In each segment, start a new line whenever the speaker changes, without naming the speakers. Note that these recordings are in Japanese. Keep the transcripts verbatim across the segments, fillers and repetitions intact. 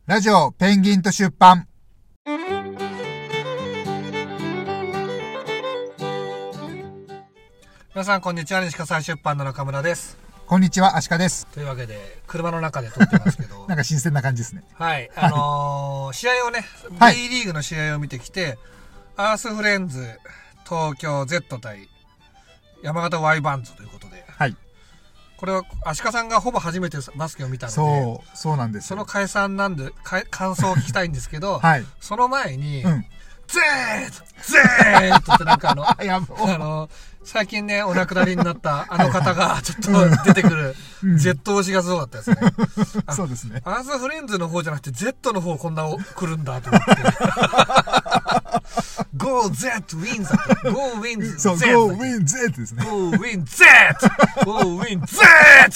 ラジオペンギンと出版。
皆さんこんにちは。西葛西出版の中村です。
こんにちは、アシカです。
というわけで車の中で撮ってますけど
なんか新鮮な感じですね。
はいあのー、試合をね、
はい、
B リーグの試合を見てきて、アースフレンズ東京 Z 対山形 Y バンズということで、
はい、
これはアシカさんがほぼ初めてバスケを見たので、
そうそうなんですよ。
その解散なんで感想を聞きたいんですけど、
はい、
その前に、うん、ゼーッゼーッとってなんかあのあの最近ねお亡くなりになったあの方がちょっと出てくるジェット押しがすごかったですね。
そうですね。
アースフレンズの方じゃなくて Z の方こんな来るんだと思って。Go Z wins! Go wins!
そう、Go win Z ですね。
Go win Z! Go win Z!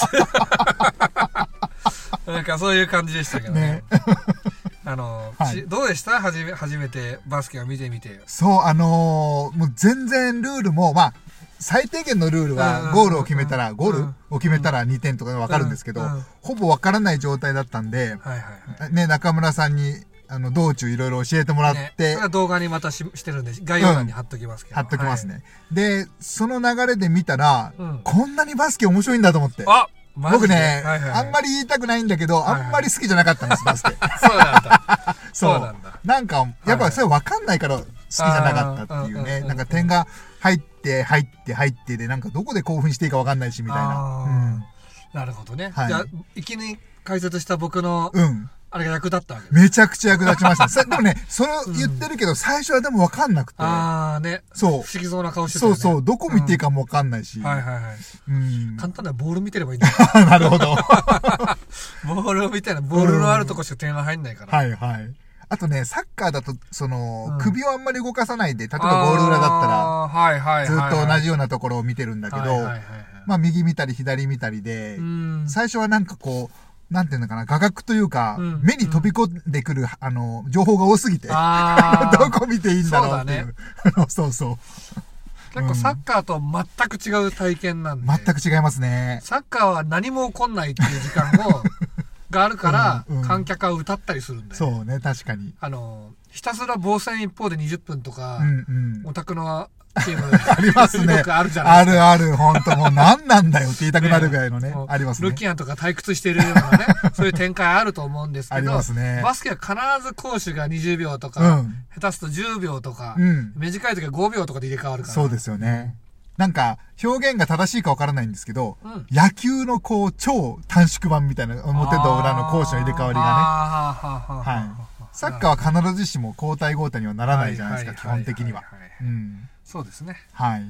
なんかそういう感じでしたけどね。あの、はい、どうでした初め、初めてバスケを見てみて。
そう、あのー、もう全然ルールも、まあ、最低限のルールは、ゴールを決めたら、ゴールを決めたらにてんとかわかるんですけど、ほぼわからない状態だったんで、ね、中村さんに、あの、道中いろいろ教えてもらって。
ね、それは動画にまたししてるんで、概要欄に貼っときますけど。
貼っときますね。で、その流れで見たら、こんなにバスケ面白いんだと思って。
あ
僕ね、あんまり言いたくないんだけど、あんまり好きじゃなかったんです、バスケ。
そうなんだ。
そうなんだ。なんか、やっぱそれ分かんないから好きじゃなかったっていうね。なんか点が入って、入って、入ってで、なんかどこで興奮していいか分かんないし、みたいな。
なるほどね。じゃあ、いきなり解説した僕の、あれが役立ったわけです。
めちゃくちゃ役立ちました。でもね、それを言ってるけど、最初はでも分かんなくて。
ああね。
そう。
不思議そうな顔してたよね。
そうそう。どこ見ていいかも分かんないし。
はいはいはい。
うん。
簡単なボール見てればいいんだよ。
なるほど。
ボールを見たら、ボールのあるとこしか点が入んないから。
はいはい。あとね、サッカーだと、その、首をあんまり動かさないで、例えばゴール裏だったら、はいはい。ずっと同じようなところを見てるんだけど、まあ右見たり左見たりで、最初はなんかこう、なんていうのかな、画角というか、うん、目に飛び込んでくる、あの、情報が多すぎて、どこ見ていいんだろうっていう。そうだね。そうそう。
結構サッカーと全く違う体験なんで。
全く違いますね。
サッカーは何も起こんないっていう時間を、があるから、うんうん、観客は歌ったりするんだよね。
そうね、確かに。
あの、ひたすら防戦一方でにじゅっぷんとか、うんうん、オタクの、チーム
ありますね。
よくあるじゃないです
か。あるある、ほんともう何なんだよって言いたくなるぐらいのね。ねありますね。
ルキアンとか退屈してるようなね、そういう展開あると思うんですけど、ありますね。バスケは必ず攻守がにじゅうびょうとか、うん、下手すとじゅうびょうとか、うん、短い時はごびょうとかで入れ替わるから。
そうですよね。なんか、表現が正しいかわからないんですけど、うん、野球のこう、超短縮版みたいな、表と裏の攻守の入れ替わりがね。はい。サッカーは必ずしも交代交代にはならないじゃないですか、基本的には。
そうですね。
はい。うん、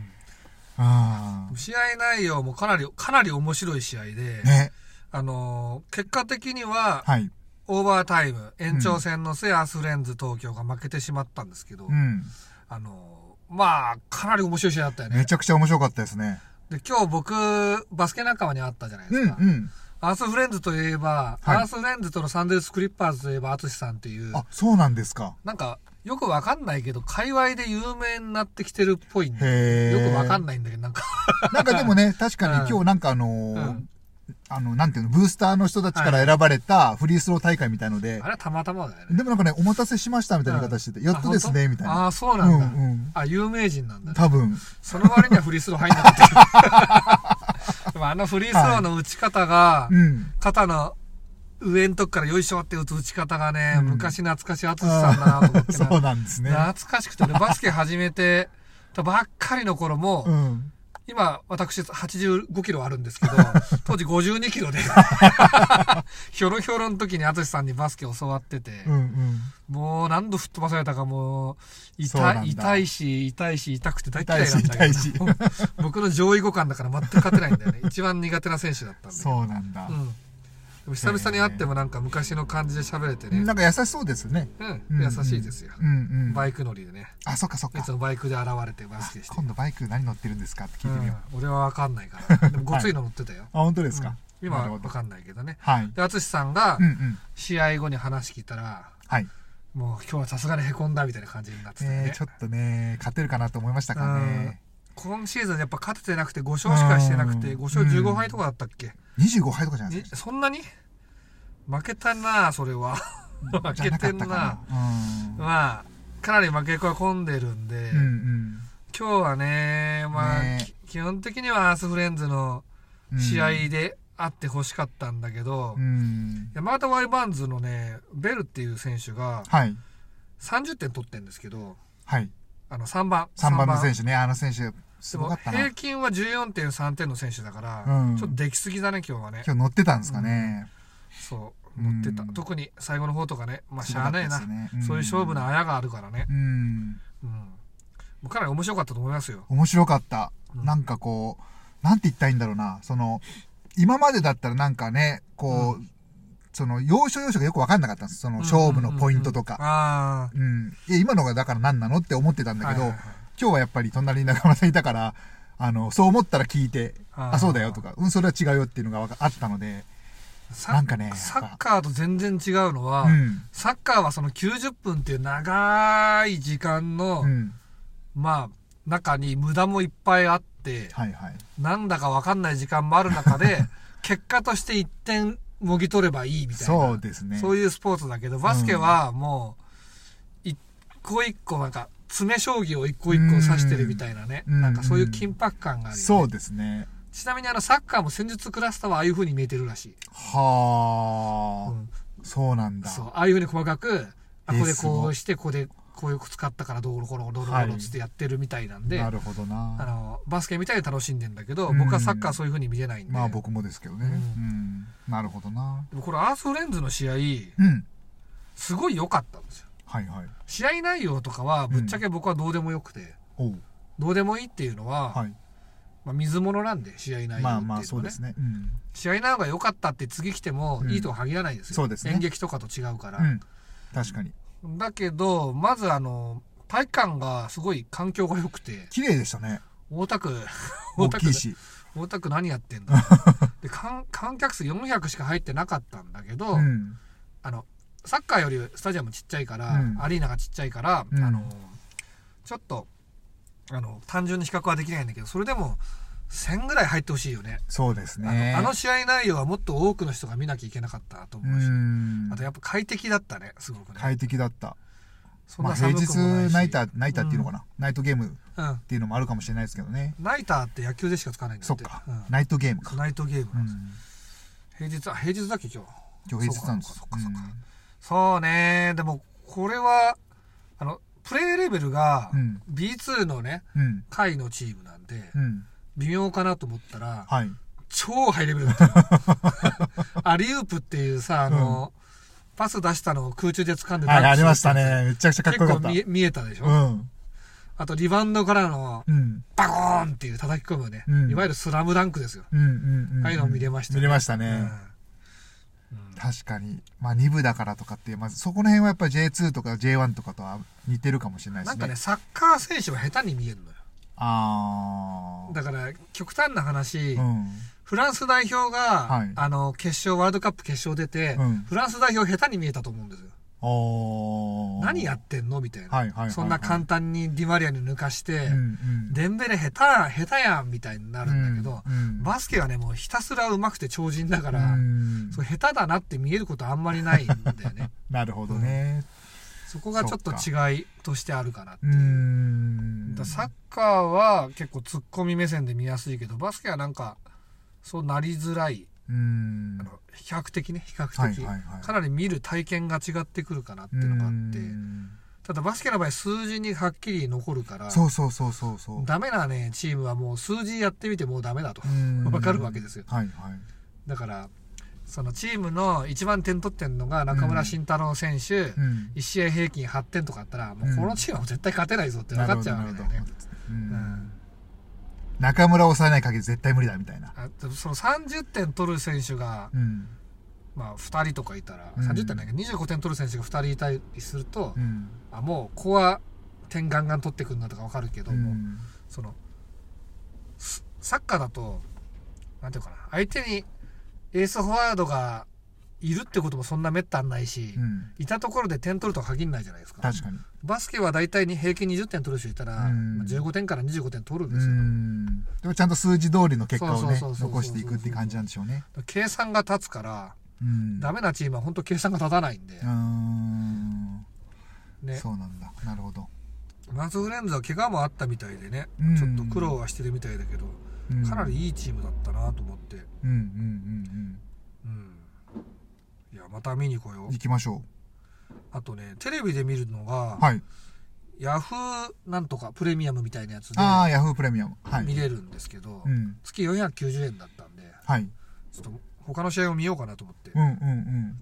あ試合内容もかなり、かなり面白い試合で、ね、あのー、結果的には、はい、オーバータイム、延長戦の末、うん、アースフレンズ東京が負けてしまったんですけど、うん、あのー、まあ、かなり面白い試合だったよね。
めちゃくちゃ面白かったですね。
で、今日僕、バスケ仲間に会ったじゃないですか。うんうん、アースフレンズといえば、はい、アースフレンズとのサンデルスクリッパーズといえば、アツシさんっていう。
あ、そうなんですか。
なんか、よくわかんないけど、界隈で有名になってきてるっぽいんで、よくわかんないんだけど、なんか。
なんかでもね、確かに今日なんかあのー、うん、あの、なんていうの、ブースターの人たちから選ばれたフリースロー大会みたいので。
あれはたまたまだよね。
でもなんかね、お待たせしましたみたいな形してて、うん、やっとですね、みたいな。
ああ、そうなんだ。うんうん、あ、有名人なんだね。
多分。
その割にはフリースロー入んなかったけど。でもあのフリースローの打ち方が、はい、肩の、上のとこからよいしょって打つ打ち方がね、うん、昔懐かしいアツシさんだなと思って
そうなんですね。
懐かしくて、ね、バスケ始めてたばっかりの頃も、うん、今私はちじゅうごキロあるんですけど、当時ごじゅうにキロで、ひょろひょろの時にアツシさんにバスケ教わってて、うんうん、もう何度吹っ飛ばされたかもう、痛い、痛いし、痛いし、痛くて大嫌いなんだけど、僕の上位互換だから全く勝てないんだよね。一番苦手な選手だったんで。
そうなんだ。うん
久々に会ってもなんか昔の感じで喋れてね。
なんか優しそうですね。
うん。うん、優しいですよ。うんうん。バイク乗りでね。
あ、そっかそっか。
いつもバイクで現れてバスケして。
今度バイク何乗ってるんですかって聞いてみよう。
うん、俺はわかんないから。でもごついの乗ってたよ。
はい、あ、本当ですか。
うん、今はわかんないけどね。はい。で、淳さんが、試合後に話聞いたら、はい。もう今日はさすがに凹んだみたいな感じになってたね。
えー、ちょっとね、勝てるかなと思いましたからね。
今シーズンやっぱ勝ててなくてご勝しかしてなくて、ご勝じゅうごはいとかだったっけ？
にじゅうごはいとかじゃないですか。
そんなに負けたなそれは負けてんなな、うん、まあかなり負けが込んでるんで、うんうん、今日はねまあね基本的にはアースフレンズの試合であってほしかったんだけど、うん、山形ワイバーンズのねベルっていう選手がさんじゅってん取ってるんですけど、はい、あのさんばん
さんばんの選手ねあの選手すごかったな。
平均は じゅうよんてんさんてんの選手だから、うん、ちょっと出来すぎだね今日はね。
今日乗ってたんですかね、
うん、そう乗ってた、うん、特に最後の方とかねまあしゃあないな、ねうん、そういう勝負のあやがあるからね、うんうん、かなり面白かったと思いますよ。
面白かった、うん、なんかこうなんて言ったらいいんだろうな、その今までだったらなんかねこう、うん、その要所要所がよく分かんなかったんです、その勝負のポイントとか、うん、今のがだから何なのって思ってたんだけど、はいはいはい、今日はやっぱり隣に中村さんいたからあのそう思ったら聞いて あ, あそうだよとか、うんそれは違うよっていうのがあったので、なんかね
サッカーと全然違うのは、うん、サッカーはそのきゅうじゅっぷんっていう長い時間の、うん、まあ中に無駄もいっぱいあって、はいはい、なんだか分かんない時間もある中で結果としていってんもぎ取ればいいみたいな、
そうですね、
そういうスポーツだけどバスケはもう一個一個なんか詰将棋を一個一個指してるみたいなね、んなんかそういう緊迫感があるよね。
そうですね。
ちなみにあのサッカーも戦術クラスターはああいう風に見えてるらしい。
はあ、うん、そうなんだ。
そうああいう風に細かくあここでこうしてここでこういう使ったからどうのこうのどうのこうのつってやってるみたいなんで、はい、
なるほどな。
あのバスケみたいに楽しんでんだけど、僕はサッカーそういう風に見れないんで。
まあ僕もですけどね、うんうん、なるほどな。
でもこれアースフレンズの試合、うん、すごい良かったんですよ。はいはい、試合内容とかはぶっちゃけ僕はどうでもよくて、うん、どうでもいいっていうのは、はい、まあ、水物なんで試合内容っていうのはね、まあまあそうですね、うん、試合内容が良かったって次来てもいいとは限らないですよ、うん、そうですね、演劇とかと違うから、うん、
確かに。
だけどまずあの体育館がすごい環境が良くて
綺麗でしたね。
大田区
大きいし
大田区何やってんだで観客数よんひゃくしか入ってなかったんだけど、うん、あのサッカーよりスタジアムちっちゃいから、うん、アリーナがちっちゃいから、うん、あのちょっとあの単純に比較はできないんだけど、それでもせんぐらい入ってほしいよね。
そうですね。
あの、あの試合内容はもっと多くの人が見なきゃいけなかったと思うし、うん、あとやっぱ快適だったね、すごくね。
快適だった。そんな寒くもないし、まあ、平日ナイターナイターっていうのかな、うん、ナイトゲームっていうのもあるかもしれないですけどね。
ナイターって野球でしか使わないんだって。
そっか、うん、ナイトゲームか。
ナイトゲームなんです、うん、平日あ平日だっけ今日。
今日平日なんですか。
そっかそっか、うん、そうね。でもこれはあのプレーレベルが ビーツー のね、うん、下位のチームなんで、うん、微妙かなと思ったら、はい、超ハイレベルだったアリウープっていうさあの、うん、パス出したのを空中で掴んで、
はい、ありましたね。めちゃくちゃかっこよかった。
結構 見, 見えたでしょ、うん、あとリバウンドからの、うん、バコーンっていう叩き込むね、うん、いわゆるスラムダンクですよ、うんうんうんうん、ああいうのを見れましたね。
見れましたね、うんうん、確かに。まあに部だからとかって、まずそこら辺はやっぱり ジェイツー とか ジェイワン とかとは似てるかもしれないですね。
なんかね、サッカー選手は下手に見えるのよ。
あ
だから極端な話、うん、フランス代表が、はい、あの決勝ワールドカップ決勝出て、うん、フランス代表下手に見えたと思うんですよ。何やってんのみたいな、はいはいはいはい、そんな簡単にディマリアに抜かして、うんうん、デンベレ下手下手やんみたいになるんだけど、うんうん、バスケはねもうひたすら上手くて超人だから、うん、そう下手だなって見えることあんまりないんだよね
なるほどね、
うん、そこがちょっと違いとしてあるかなっていう。うーんだサッカーは結構ツッコミ目線で見やすいけど、バスケはなんかそうなりづらい、うーんあの比較的ね比較的、はいはいはい、かなり見る体験が違ってくるかなっていうのがあって、ただバスケの場合数字にはっきり残るから、
そうそうそうそうそう
ダメなねチームはもう数字やってみてもうダメだと分かるわけですよ、はいはい、だからそのチームの一番点取ってるのが中村慎太郎選手、うん、いち試合平均はってんとかあったらもうこのチームは絶対勝てないぞって分かっちゃうわけだよね、うんうん、
中村を抑えない限り絶対無理だみたいな。
あそのさんじゅってん取る選手が、うん、まあふたりとかいたら、うん、さんじゅってんだけどにじゅうごてん取る選手がふたりいたりすると、うん、あもうここは点ガンガン取ってくるなとか分かるけども、うん、そのサッカーだとなんていうかな、相手にエースフォワードがいるってこともそんなめったにないし、うん、いたところで点取るとは限らないじゃないですか。
確かに
バスケはだいたいに平均にじゅってん取る人いたら、うん、じゅうごてんからにじゅうごてん取るんですよ。うん、
でもちゃんと数字通りの結果をね残していくって感じなんでしょうね。
計算が立つからうん、ダメなチームは本当計算が立たないんで。うー
ん、ね、そうなんだ。なるほど。
マツフレンズは怪我もあったみたいでね、うん、ちょっと苦労はしてるみたいだけど、うん、かなりいいチームだったなと思って。うんうんうんうん。うん。いや、また見に来よう。
行きましょう。
あとね、テレビで見るのが、はい、ヤフーなんとかプレミアムみたいなやつで、
ああ、ヤフープレミアム、はい、
見れるんですけど、うん、月よんひゃくきゅうじゅうえんだったんで、はい、ちょっと他の試合を見ようかなと思って。
うんうんうん。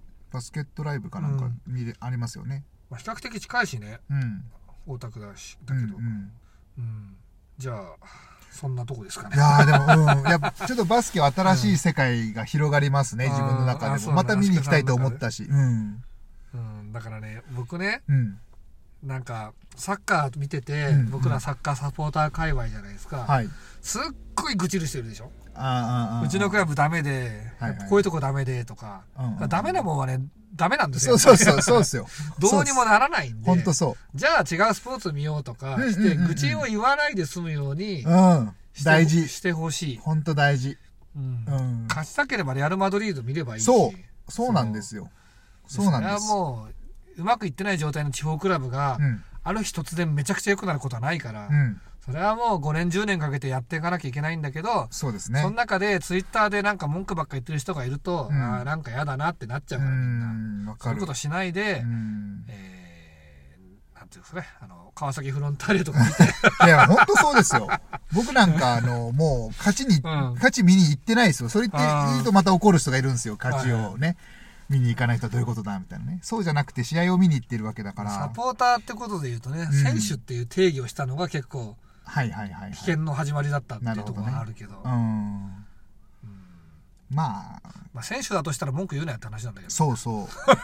バスケットライブかなんか見れ、うん、ありますよね。
まあ、比較的近いしね、うん、大田区だし、だけど、うんうんうん、じゃあ、そんなとこですかね。
いやでも、うん、やっぱちょっとバスケは新しい世界が広がりますね、うん、自分の中でも。また見に行きたいと思ったし。うん
うん、だからね、僕ね、うん、なんか、サッカー見てて、うんうん、僕らサッカーサポーター界隈じゃないですか。はい、すっごい愚痴るしてるでしょ。ああうちのクラブダメで、はいはい、こういうとこダメでとか、うんうん、ダメなもんはね、ダメなんですよ。
そうそうそう、そうですよ。
どうにもならないんで。
本当そう。
じゃあ違うスポーツ見ようとかして、うんうんうんうん、愚痴を言わないで済むように、うん、
大事。
してほしい。
本当大事、
うんうん。勝ちたければレアル・マドリード見ればいいし。
そう。そうなんですよ。そうなんです。
それはもう、うまくいってない状態の地方クラブが、うん、ある日突然めちゃくちゃ良くなることはないから、うん、それはもうごねんじゅうねんかけてやっていかなきゃいけないんだけど、
そうですね。
その中でツイッターでなんか文句ばっか言ってる人がいると、うん、あなんか嫌だなってなっちゃうからみんな。そういうことしないで、えー、なんていうんですかね、あの、川崎フロンターレとか見て。
いや、本当そうですよ。僕なんか、あの、もう、勝ちに、うん、勝ち見に行ってないですよ。それって言うとまた怒る人がいるんですよ、勝ちをね。見に行かない人はどういうことだみたいなね。そうじゃなくて試合を見に行ってるわけだから。
サポーターってことで言うとね、うん、選手っていう定義をしたのが結構、はいはいはい、はい。危険の始まりだったっていうところがあるけど。どね、うん、うん。
まあ。
まあ選手だとしたら文句言うなよって話なんだけど。
そうそう。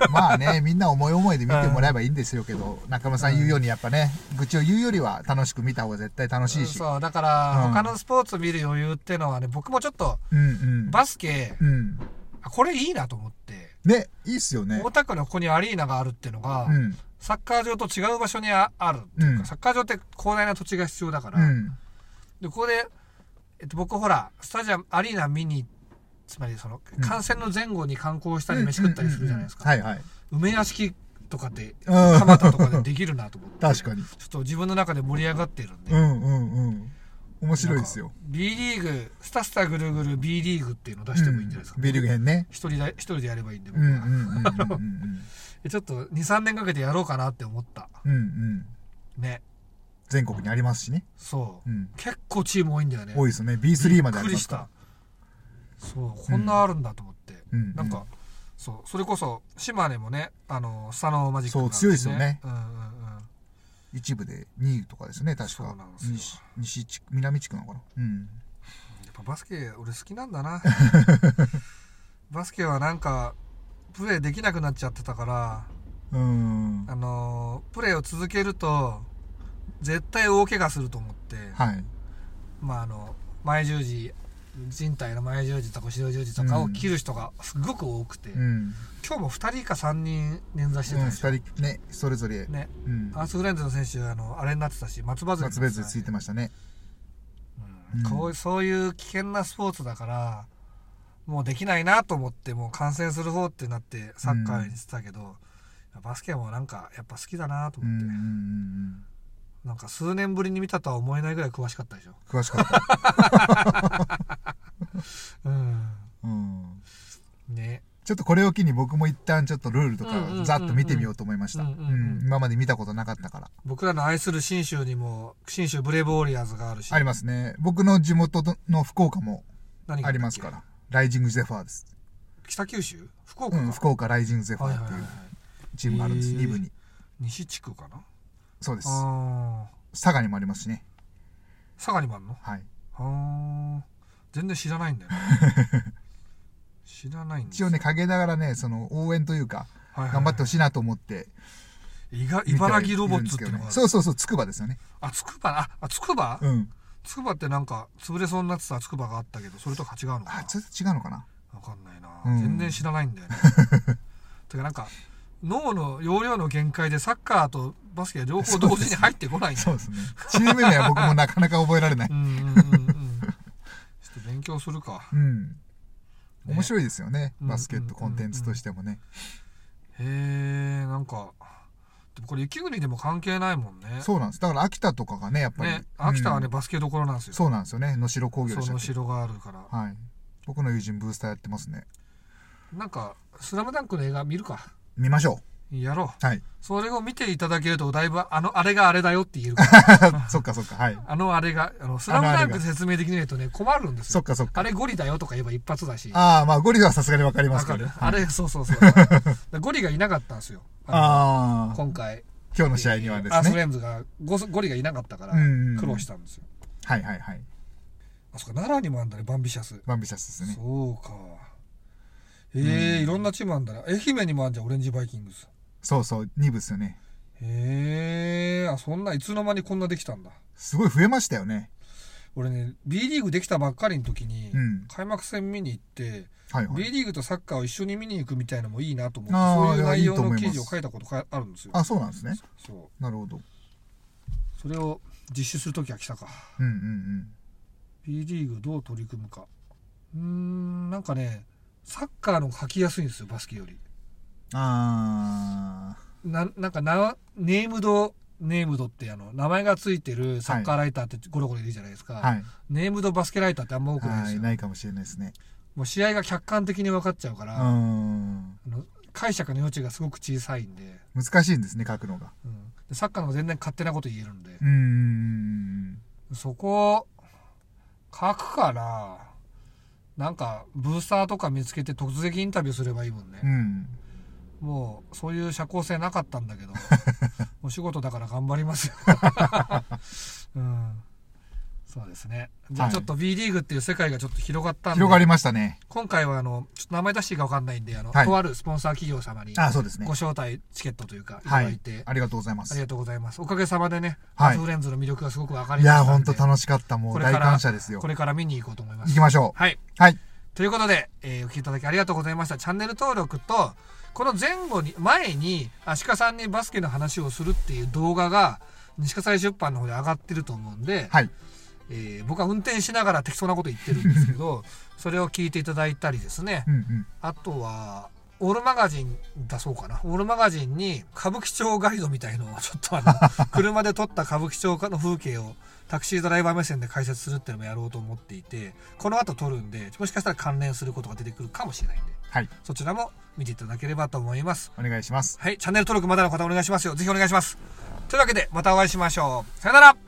まあね、みんな思い思いで見てもらえばいいんですよけど、うん、中村さん言うようにやっぱね、愚痴を言うよりは楽しく見た方が絶対楽しいし。うん、
そう、だから、他のスポーツ見る余裕っていうのはね、僕もちょっと、うんうん、バスケ、うん、これいいなと思って。
ね、いいっすよね。
大田区のここにアリーナがあるっていうのが、うん、サッカー場と違う場所にあるっていうか、うん、サッカー場って広大な土地が必要だから、うん、で、ここで、えっと、僕ほら、スタジアム、アリーナ見に、つまりその、観戦の前後に観光したり飯食ったりするじゃないですか。はいはい。梅屋敷とかで、蒲田とかでできるなと思って。
確かに。
ちょっと自分の中で盛り上がってるんで。
うんうんうん。面白いですよ。
B リーグ、スタスタぐるぐる B リーグっていうのを出してもいいんじゃないですか。
うん、B リーグ編ね。
一人で、一人でやればいいんで、僕は。ちょっとに、さんねんかけてやろうかなって思った。うんうん。ね。
全国にありますしね。
そう。うん、結構チーム多いんだよね。
多いですね。ビースリー までありますから。
びっくりした。そう、こんなあるんだと思って。うん、なんか、そう、それこそ、島根もね、あの、スサノーマジック、
ね、そう、強いですよね。うんうんうん。一部でにいとかですね、確か。そうなんですよ。西、西地区、南地区なのかな。うん。
やっぱバスケ、俺好きなんだな。バスケはなんか、プレーできなくなっちゃってたから、うん。あの、プレーを続けると、絶対大怪我すると思って、はい。まあ、あの、前十字、人体の前十字とか後ろ十字とかを切る人がすごく多くて、うん、今日もふたりかさんにん捻挫してたでしょ、うん、ふたりね、それぞれね、うん、アースフレンズの選手あのあれになってたし、松葉杖
松葉杖ついてましたね、
うんうん、こうそういう危険なスポーツだからもうできないなと思ってもう観戦する方ってなってサッカーにしてたけど、うん、バスケもなんかやっぱ好きだなと思って、うんうんうん、なんか数年ぶりに見たとは思えないぐらい詳しかったでしょ。
詳しかった
うん、うん、ね。
ちょっとこれを機に僕も一旦ちょっとルールとかざっと見てみようと思いました。今まで見たことなかったから。
僕らの愛する信州にも信州ブレイブウォリアーズがあるし。
ありますね。僕の地元の福岡もありますから。ライジングゼファーです。
北九州？福岡か、
うん、福岡ライジングゼファーっていうチームがあるんです。に部に。
西地区かな？
そうです。佐賀にもありますしね。
佐賀にもあるの？
はい。
はあ。全然知らないんだよね。知らないんです
一応ね、陰ながらね、その応援というか、はいはいはい、頑張ってほしいなと思って。
茨城ロボッツっていうのが、
ね、そうそうそう、つくばですよね。
あ、つくば、あ、つくば？うん。つくばってなんか、潰れそうになってたつくばがあったけど、それとか違うのかな？
あ、それと違うのかな？
わかんないな、うん。全然知らないんだよね。てかなんか、脳の容量の限界でサッカーとバスケ両方同時に入ってこないんだよ。
そうですね。チーム名は僕もなかなか覚えられない。うんうんうんうん。勉
強するか。
うん。 面白いですよね、バスケットコンテンツとしてもね。
へえ、なんかでもこれ雪国でも関係ないもんね。
そうなんです。だから秋田とかがね、やっぱり、
ね、秋田はね、うん、バスケどころなんですよ。
そうなんですよね。能代工業でしたっけ。
そう、能代があるから。
はい。僕の友人ブースターやってますね。
なんかスラムダンクの映画見るか。
見ましょ
う。やろ
う。はい。
それを見ていただけると、だいぶあのあれがあれだよって言えるから。
そっかそっか、はい。
あのあれが、あのスラムダンクで説明できないとね困るんですよ。
そっかそっか。
あれゴリだよとか言えば一発だし。
ああ、まあゴリはさすがにわかりますけど。
あれ、そうそうそう。ゴリがいなかったんですよ。ああ。今回。
今日の試合にはですね。
アースフレームズがゴリがいなかったから苦労したんですよ。
はいはいはい。
あ、そっか、奈良にもあるんだね、バンビシャス。
バンビシャスですね。
そうか。ええ、いろんなチームあるんだね。愛媛にもあるじゃん、オレンジバイキングス。
そうそう、に部ですよね。
へえ、あ、そんないつの間にこんなできたんだ。
すごい増えましたよね。
俺ね、B リーグできたばっかりの時に、開幕戦見に行って、はいはい、B リーグとサッカーを一緒に見に行くみたいなのもいいなと思って、そういう内容の記事を書いたことがあるんですよ。
あ、そうなんですね。
そう。
なるほど。
それを実施する時は来たか。
うんうんうん。
B リーグどう取り組むか。うーん、なんかね、サッカーの書きやすいんですよ、バスケより。
あ
ー。な、なんかな、ネームド、ネームドってあの、名前がついてるサッカーライターってゴロゴロいるじゃないですか。はい。ネームドバスケライターってあんま多くないですよ。
はい、ないかもしれないですね。
もう試合が客観的に分かっちゃうから、うん、あの解釈の余地がすごく小さいんで。
難しいんですね、書くのが。
うん、でサッカーの方が全然勝手なこと言えるんで。
うん。
そこを書くかな。なんかブースターとか見つけて突撃インタビューすればいいもんね。うん、もうそういう社交性なかったんだけどお仕事だから頑張りますよ、うん、そうですね。じゃあちょっと B リーグっていう世界がちょっと広がったんで、
広がりましたね。
今回はあのちょっと名前出していいか分かんないんで、あの、はい、とあるスポンサー企業様にご招待チケットというかいただいて、はい、
ありがとうございます。
ありがとうございます。おかげさまでね、アースフレンズの魅力がすごく分かりましたので、
いや本当楽しかった。もう大感謝ですよ。
これから見に行こうと思います。
行きましょう。
はい、
はい、
ということで、えー、お聞きいただきありがとうございました。チャンネル登録とこの前後に前にアシカさんにバスケの話をするっていう動画が西葛西出版の方で上がってると思うんで、はい、えー、僕は運転しながら適当なこと言ってるんですけどそれを聞いていただいたりですね、うんうん、あとはオールマガジン出そうかな。オールマガジンに歌舞伎町ガイドみたいのをちょっとあの車で撮った歌舞伎町の風景をタクシードライバー目線で解説するっていうのもやろうと思っていて、この後撮るんでもしかしたら関連することが出てくるかもしれないんで、はい、そちらも見ていただければと思います。
お願いします。
はい、チャンネル登録まだの方お願いしますよ。ぜひお願いします。というわけでまたお会いしましょう。さよなら。